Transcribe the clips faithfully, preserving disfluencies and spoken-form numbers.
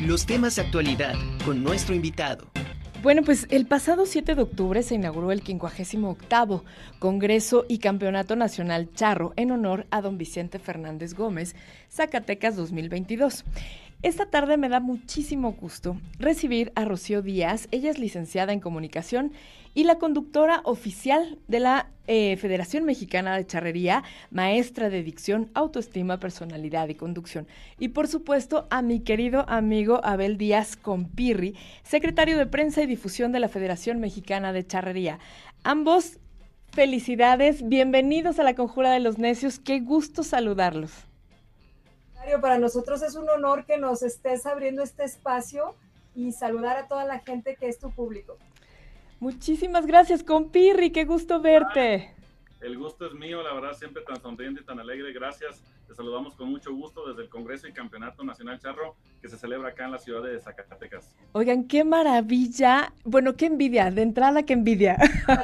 Los temas de actualidad con nuestro invitado. Bueno, pues el pasado siete de octubre se inauguró el quincuagésimo octavo Congreso y Campeonato Nacional Charro en honor a don Vicente Fernández Gómez, Zacatecas dos mil veintidós. Esta tarde me da muchísimo gusto recibir a Rocío Díaz. Ella es licenciada en Comunicación y la conductora oficial de la eh, Federación Mexicana de Charrería, maestra de dicción, autoestima, personalidad y conducción. Y por supuesto a mi querido amigo Abel Díaz Compirri, secretario de Prensa y Difusión de la Federación Mexicana de Charrería. Ambos, felicidades, bienvenidos a La Conjura de los Necios, qué gusto saludarlos. Para nosotros es un honor que nos estés abriendo este espacio y saludar a toda la gente que es tu público. Muchísimas gracias, Compirri, qué gusto verte. El gusto es mío, la verdad, siempre tan sonriente y tan alegre. Gracias, te saludamos con mucho gusto desde el Congreso y Campeonato Nacional Charro que se celebra acá en la ciudad de Zacatecas. Oigan, qué maravilla, bueno, qué envidia, de entrada qué envidia,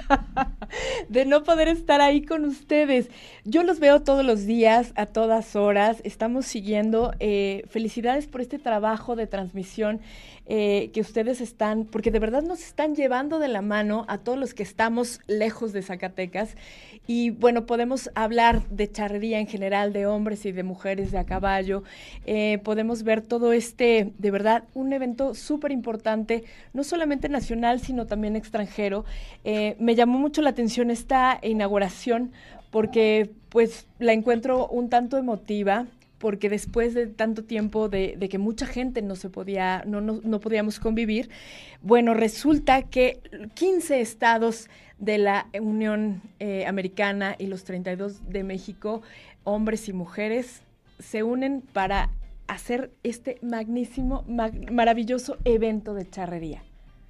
de no poder estar ahí con ustedes. Yo los veo todos los días, a todas horas, estamos siguiendo, eh, felicidades por este trabajo de transmisión eh, que ustedes están, porque de verdad nos están llevando de la mano a todos los que estamos lejos de Zacatecas. Y bueno, podemos hablar de charrería en general, de hombres y de mujeres de a caballo. Eh, podemos ver todo este, de verdad, un evento súper importante, no solamente nacional, sino también extranjero. Eh, me llamó mucho la atención esta inauguración porque pues la encuentro un tanto emotiva, porque después de tanto tiempo de, de que mucha gente no se podía, no, no, no podíamos convivir, bueno, resulta que quince estados de la Unión eh, Americana y los treinta y dos de México, hombres y mujeres, se unen para hacer este magnísimo, mag, maravilloso evento de charrería.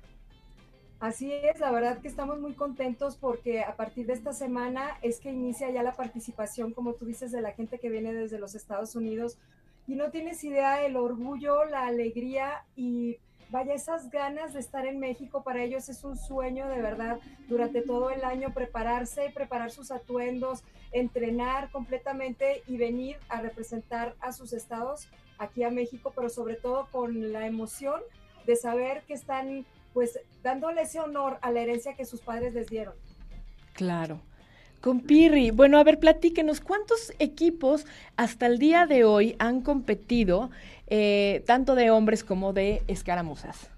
Así es, la verdad que estamos muy contentos porque a partir de esta semana es que inicia ya la participación, como tú dices, de la gente que viene desde los Estados Unidos, y no tienes idea el orgullo, la alegría y vaya, esas ganas de estar en México. Para ellos es un sueño de verdad, durante todo el año prepararse, preparar sus atuendos, entrenar completamente y venir a representar a sus estados aquí a México, pero sobre todo con la emoción de saber que están pues dándole ese honor a la herencia que sus padres les dieron. Claro. Compirri, bueno, a ver, platíquenos, ¿cuántos equipos hasta el día de hoy han competido, eh, tanto de hombres como de escaramuzas?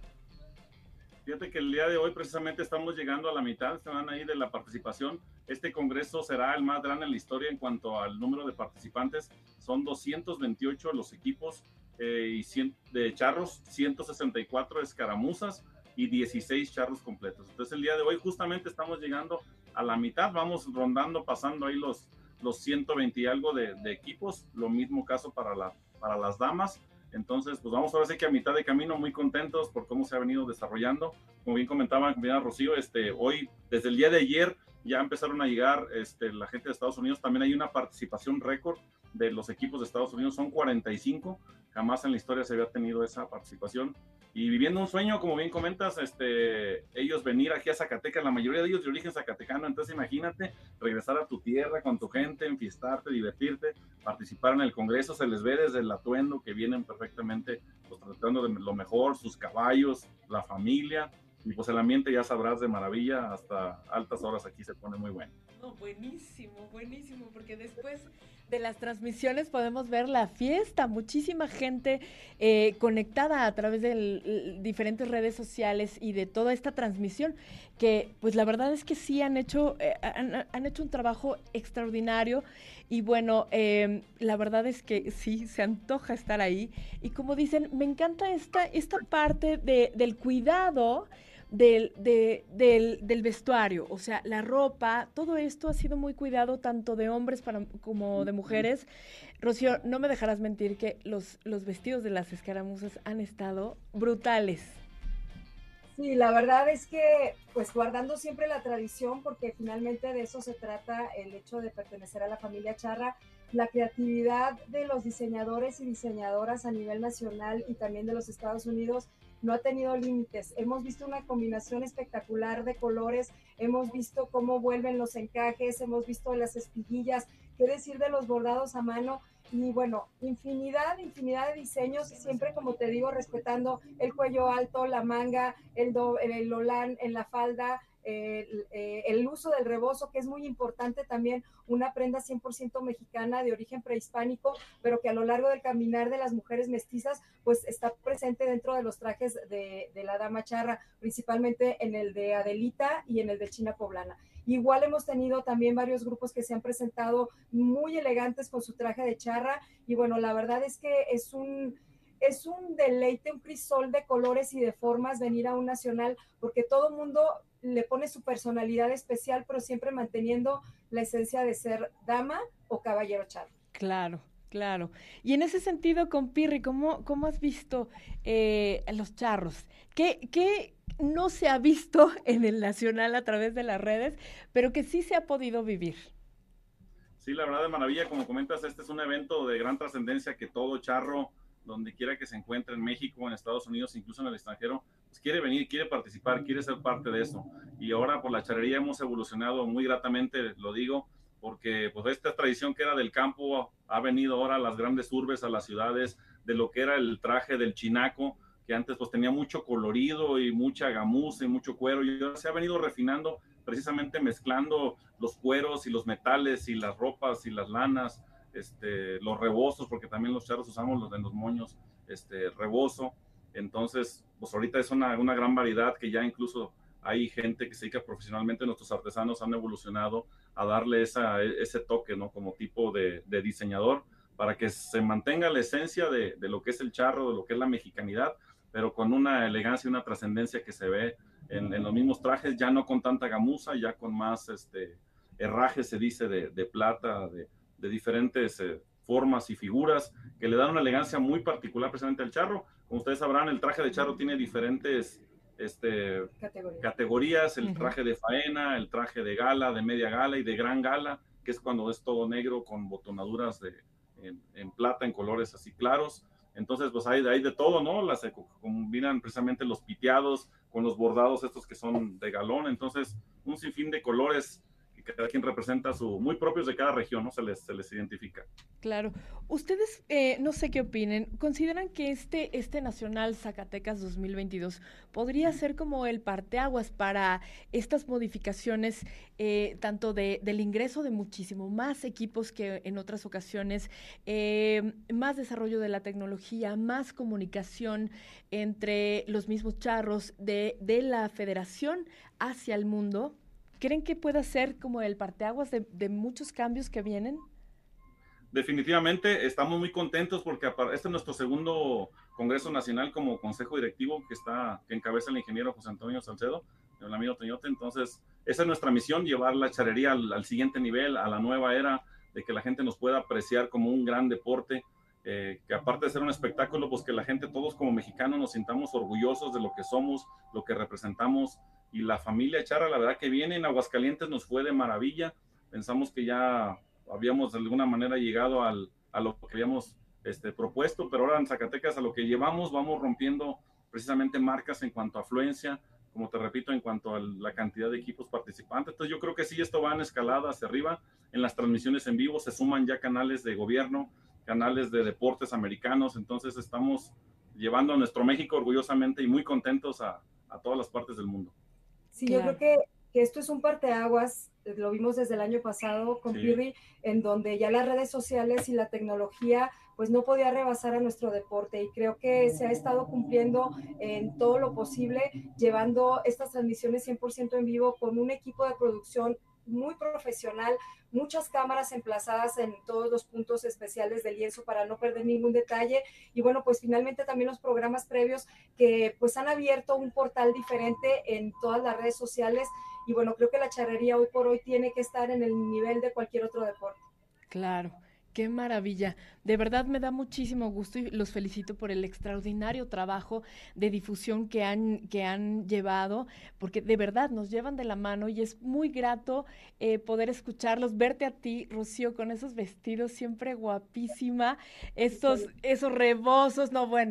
Fíjate que el día de hoy precisamente estamos llegando a la mitad, están ahí de la participación. Este congreso será el más grande en la historia en cuanto al número de participantes. Son doscientos veintiocho los equipos eh, y cien de charros, ciento sesenta y cuatro escaramuzas y dieciséis charros completos. Entonces el día de hoy justamente estamos llegando a la mitad, vamos rondando, pasando ahí los, los ciento veinte y algo de, de equipos, lo mismo caso para, la, para las damas. Entonces pues vamos ahora sí que a mitad de camino, muy contentos por cómo se ha venido desarrollando. Como bien comentaba compañera Rocío, este, hoy, desde el día de ayer, ya empezaron a llegar este, la gente de Estados Unidos. También hay una participación récord de los equipos de Estados Unidos, son cuarenta y cinco, jamás en la historia se había tenido esa participación. Y viviendo un sueño, como bien comentas, este, ellos venir aquí a Zacatecas, la mayoría de ellos de origen zacatecano, entonces imagínate regresar a tu tierra con tu gente, enfiestarte, divertirte, participar en el Congreso, se les ve desde el atuendo que vienen perfectamente, pues tratando de lo mejor, sus caballos, la familia, y pues el ambiente ya sabrás de maravilla, hasta altas horas aquí se pone muy bueno. No, buenísimo, buenísimo, porque después de las transmisiones podemos ver la fiesta, muchísima gente eh, conectada a través de l- diferentes redes sociales y de toda esta transmisión, que pues la verdad es que sí han hecho, eh, han, han hecho un trabajo extraordinario y bueno, eh, la verdad es que sí, se antoja estar ahí y como dicen, me encanta esta, esta parte de, del cuidado Del, de, del, del vestuario, o sea, la ropa, todo esto ha sido muy cuidado tanto de hombres para, como de mujeres. Rocío, no me dejarás mentir que los, los vestidos de las escaramuzas han estado brutales. Sí, la verdad es que pues guardando siempre la tradición, porque finalmente de eso se trata el hecho de pertenecer a la familia Charra, la creatividad de los diseñadores y diseñadoras a nivel nacional y también de los Estados Unidos no ha tenido límites. Hemos visto una combinación espectacular de colores, hemos visto cómo vuelven los encajes, hemos visto las espiguillas, qué decir de los bordados a mano, y bueno, infinidad, infinidad de diseños, siempre como te digo, respetando el cuello alto, la manga, el, do, el, el olán en la falda, el, eh, el uso del rebozo, que es muy importante también, una prenda cien por ciento mexicana de origen prehispánico, pero que a lo largo del caminar de las mujeres mestizas, pues está presente dentro de los trajes de, de la dama charra, principalmente en el de Adelita y en el de China Poblana. Igual hemos tenido también varios grupos que se han presentado muy elegantes con su traje de charra, y bueno, la verdad es que es un... es un deleite, un crisol de colores y de formas venir a un nacional, porque todo mundo le pone su personalidad especial, pero siempre manteniendo la esencia de ser dama o caballero charro. Claro, claro. Y en ese sentido, con Pirri, ¿cómo, cómo has visto eh, los charros? ¿Qué, qué no se ha visto en el nacional a través de las redes, pero que sí se ha podido vivir? Sí, la verdad de maravilla, como comentas, este es un evento de gran trascendencia que todo charro, donde quiera que se encuentre en México, en Estados Unidos, incluso en el extranjero, pues quiere venir, quiere participar, quiere ser parte de eso. Y ahora por la charrería hemos evolucionado muy gratamente, lo digo, porque pues esta tradición que era del campo ha venido ahora a las grandes urbes, a las ciudades, de lo que era el traje del chinaco, que antes pues tenía mucho colorido y mucha gamuza y mucho cuero, y ahora se ha venido refinando precisamente mezclando los cueros y los metales y las ropas y las lanas, este, los rebozos, porque también los charros usamos los de los moños, este, rebozo. Entonces, pues ahorita es una, una gran variedad que ya incluso hay gente que se dedica profesionalmente, nuestros artesanos han evolucionado a darle esa, ese toque, ¿no? Como tipo de, de diseñador, para que se mantenga la esencia de, de lo que es el charro, de lo que es la mexicanidad, pero con una elegancia y una trascendencia que se ve en, en los mismos trajes, ya no con tanta gamuza, ya con más este, herraje, se dice, de, de plata, de, de diferentes eh, formas y figuras, que le dan una elegancia muy particular precisamente al charro. Como ustedes sabrán, el traje de charro tiene diferentes este, categorías. categorías, el traje de faena, el traje de gala, de media gala y de gran gala, que es cuando es todo negro con botonaduras de, en, en plata, en colores así claros. Entonces, pues hay, hay de todo, ¿no? Las se combinan precisamente los piteados con los bordados estos que son de galón. Entonces, un sinfín de colores que cada quien representa su, muy propios de cada región, ¿no? Se les, se les identifica. Claro. Ustedes, eh, no sé qué opinen, ¿consideran que este, este Nacional Zacatecas dos mil veintidós podría ser como el parteaguas para estas modificaciones, eh, tanto de, del ingreso de muchísimo más equipos que en otras ocasiones, eh, más desarrollo de la tecnología, más comunicación entre los mismos charros de, de la federación hacia el mundo? ¿Creen que pueda ser como el parteaguas de, de muchos cambios que vienen? Definitivamente estamos muy contentos porque este es nuestro segundo Congreso Nacional como Consejo Directivo que, está, que encabeza el ingeniero José Antonio Salcedo, el amigo Toñote. Entonces, esa es nuestra misión, llevar la charrería al, al siguiente nivel, a la nueva era, de que la gente nos pueda apreciar como un gran deporte, eh, que aparte de ser un espectáculo, pues que la gente, todos como mexicanos, nos sintamos orgullosos de lo que somos, lo que representamos. Y la familia charra, la verdad que viene en Aguascalientes, nos fue de maravilla. Pensamos que ya habíamos de alguna manera llegado al, a lo que habíamos este, propuesto, pero ahora en Zacatecas a lo que llevamos vamos rompiendo precisamente marcas en cuanto a afluencia, como te repito, en cuanto a la cantidad de equipos participantes. Entonces yo creo que sí, esto va en escalada hacia arriba. En las transmisiones en vivo se suman ya canales de gobierno, canales de deportes americanos, entonces estamos llevando a nuestro México orgullosamente y muy contentos a, a todas las partes del mundo. Sí, claro. Yo creo que, que esto es un parteaguas, lo vimos desde el año pasado con sí. Pirri, en donde ya las redes sociales y la tecnología pues no podía rebasar a nuestro deporte, y creo que se ha estado cumpliendo en todo lo posible, llevando estas transmisiones cien por ciento en vivo con un equipo de producción muy profesional, muchas cámaras emplazadas en todos los puntos especiales del lienzo para no perder ningún detalle, y bueno, pues finalmente también los programas previos que pues han abierto un portal diferente en todas las redes sociales, y bueno, creo que la charrería hoy por hoy tiene que estar en el nivel de cualquier otro deporte. Claro. Qué maravilla, de verdad me da muchísimo gusto y los felicito por el extraordinario trabajo de difusión que han, que han llevado, porque de verdad nos llevan de la mano y es muy grato eh, poder escucharlos, verte a ti, Rocío, con esos vestidos siempre guapísima, estos, esos rebozos, no bueno,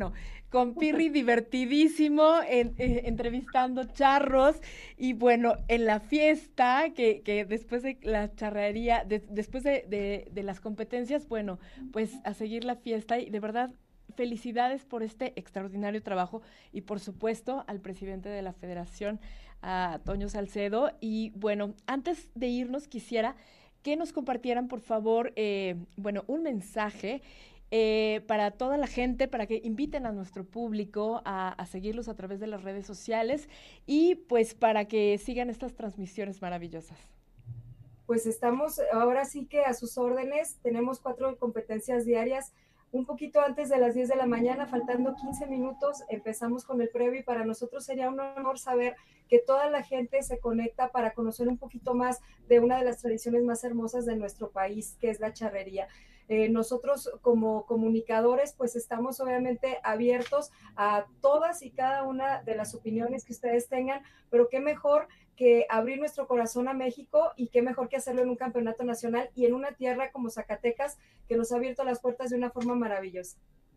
con Pirri divertidísimo, en, eh, entrevistando charros, y bueno, en la fiesta, que, que después de la charrería, de, después de, de, de las competencias, bueno, pues a seguir la fiesta, y de verdad, felicidades por este extraordinario trabajo, y por supuesto al presidente de la federación, a Toño Salcedo. Y bueno, antes de irnos quisiera que nos compartieran, por favor, eh, bueno, un mensaje eh, para toda la gente, para que inviten a nuestro público a, a seguirlos a través de las redes sociales, y pues para que sigan estas transmisiones maravillosas. Pues estamos ahora sí que a sus órdenes, tenemos cuatro competencias diarias, un poquito antes de las diez de la mañana, faltando quince minutos, empezamos con el previo, y para nosotros sería un honor saber que toda la gente se conecta para conocer un poquito más de una de las tradiciones más hermosas de nuestro país, que es la charrería. Eh, nosotros como comunicadores pues estamos obviamente abiertos a todas y cada una de las opiniones que ustedes tengan, pero qué mejor que abrir nuestro corazón a México, y qué mejor que hacerlo en un campeonato nacional y en una tierra como Zacatecas, que nos ha abierto las puertas de una forma maravillosa.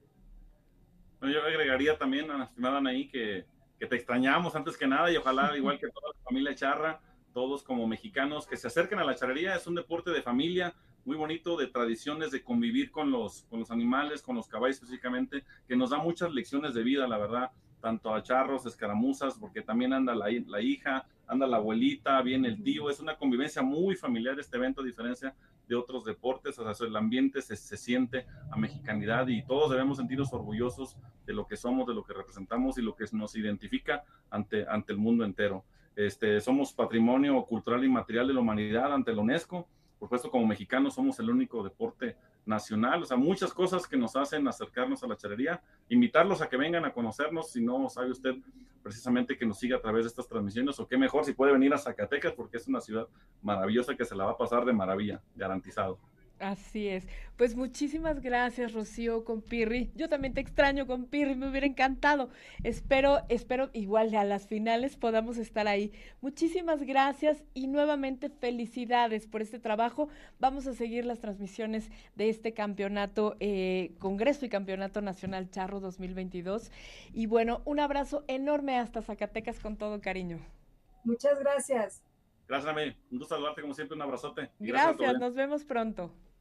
Bueno, yo agregaría también a la estimada Anaí que, que te extrañamos antes que nada, y ojalá, igual que toda la familia charra, todos como mexicanos, que se acerquen a la charrería. Es un deporte de familia, muy bonito, de tradiciones, de convivir con los, con los animales, con los caballos específicamente, que nos da muchas lecciones de vida, la verdad, tanto a charros, escaramuzas, porque también anda la, la hija, anda la abuelita, viene el tío. Es una convivencia muy familiar este evento, a diferencia de otros deportes. O sea, el ambiente se, se siente a mexicanidad, y todos debemos sentirnos orgullosos de lo que somos, de lo que representamos y lo que nos identifica ante, ante el mundo entero. Este, somos patrimonio cultural y material de la humanidad ante la UNESCO. Por supuesto, como mexicanos somos el único deporte nacional. O sea, muchas cosas que nos hacen acercarnos a la charrería. Invitarlos a que vengan a conocernos, si no sabe usted precisamente, que nos siga a través de estas transmisiones, o qué mejor si puede venir a Zacatecas, porque es una ciudad maravillosa que se la va a pasar de maravilla, garantizado. Así es. Pues muchísimas gracias, Rocío, con Pirri. Yo también te extraño, con Pirri, me hubiera encantado. Espero, espero igual a las finales podamos estar ahí. Muchísimas gracias, y nuevamente felicidades por este trabajo. Vamos a seguir las transmisiones de este campeonato, eh, Congreso y Campeonato Nacional Charro dos mil veintidós. Y bueno, un abrazo enorme hasta Zacatecas, con todo cariño. Muchas gracias. Gracias, Ame. Un gusto saludarte como siempre, un abrazote. Gracias, gracias, nos vemos pronto.